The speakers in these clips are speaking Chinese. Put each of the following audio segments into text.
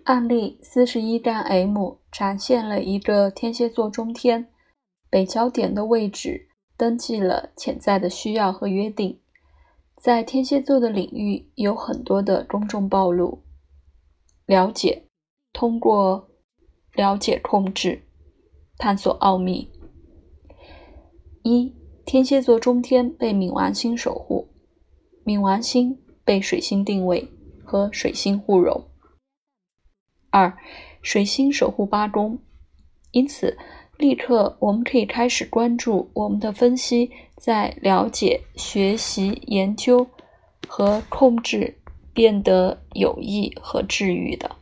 案例41-M展现了一个天蝎座中天北焦点的位置登记了潜在的需要和约定，在天蝎座的领域有很多的公众暴露。了解，通过了解控制，探索奥秘。一、天蝎座中天被冥王星守护，冥王星被水星定位和水星互融。二、水星守护八宫，因此立刻我们可以开始关注我们的分析在了解、学习、研究和控制变得有益和治愈的。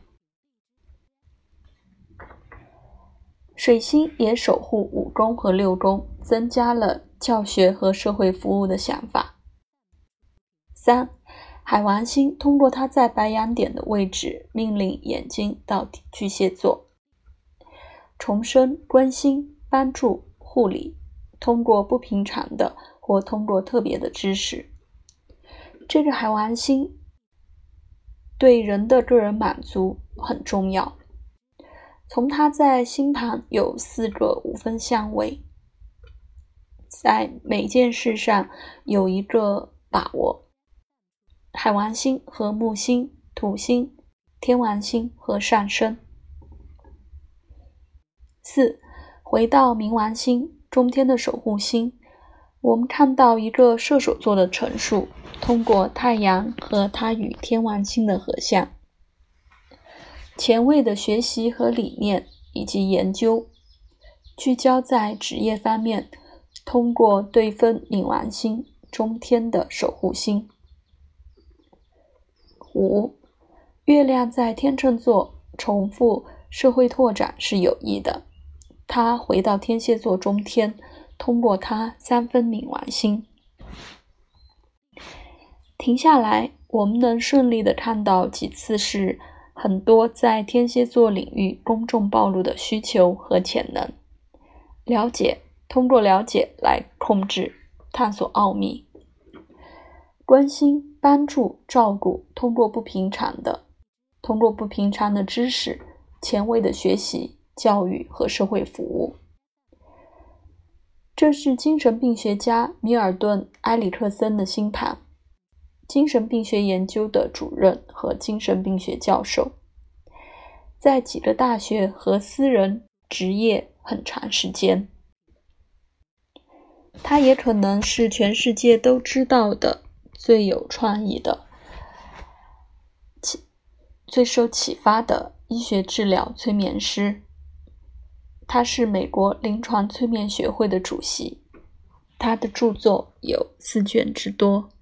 水星也守护五宫和六宫，增加了教学和社会服务的想法。三、海王星通过它在白羊点的位置命令眼睛到巨蟹座，重申、关心、帮助、护理，通过不平常的或通过特别的知识。这个海王星对人的个人满足很重要，从它在星盘有4个5分相位，在每件事上有一个把握。海王星和木星、土星、天王星和上升。4. 回到冥王星中天的守护星，我们看到一个射手座的陈述，通过太阳和它与天王星的合相，前卫的学习和理念以及研究，聚焦在职业方面，通过对分冥王星中天的守护星。5. 月亮在天秤座重复社会拓展是有益的，它回到天蝎座中天，通过它3分冥王星。停下来，我们能顺利地看到几次是很多在天蝎座领域公众暴露的需求和潜能。了解，通过了解来控制，探索奥秘。关心、帮助、照顾，通过不平常的知识、前卫的学习、教育和社会服务。这是精神病学家米尔顿·埃里克森的星盘，精神病学研究的主任和精神病学教授，在几个大学和私人执业很长时间。他也可能是全世界都知道的最有创意的、最受启发的医学治疗催眠师。他是美国临床催眠学会的主席，他的著作有4卷之多。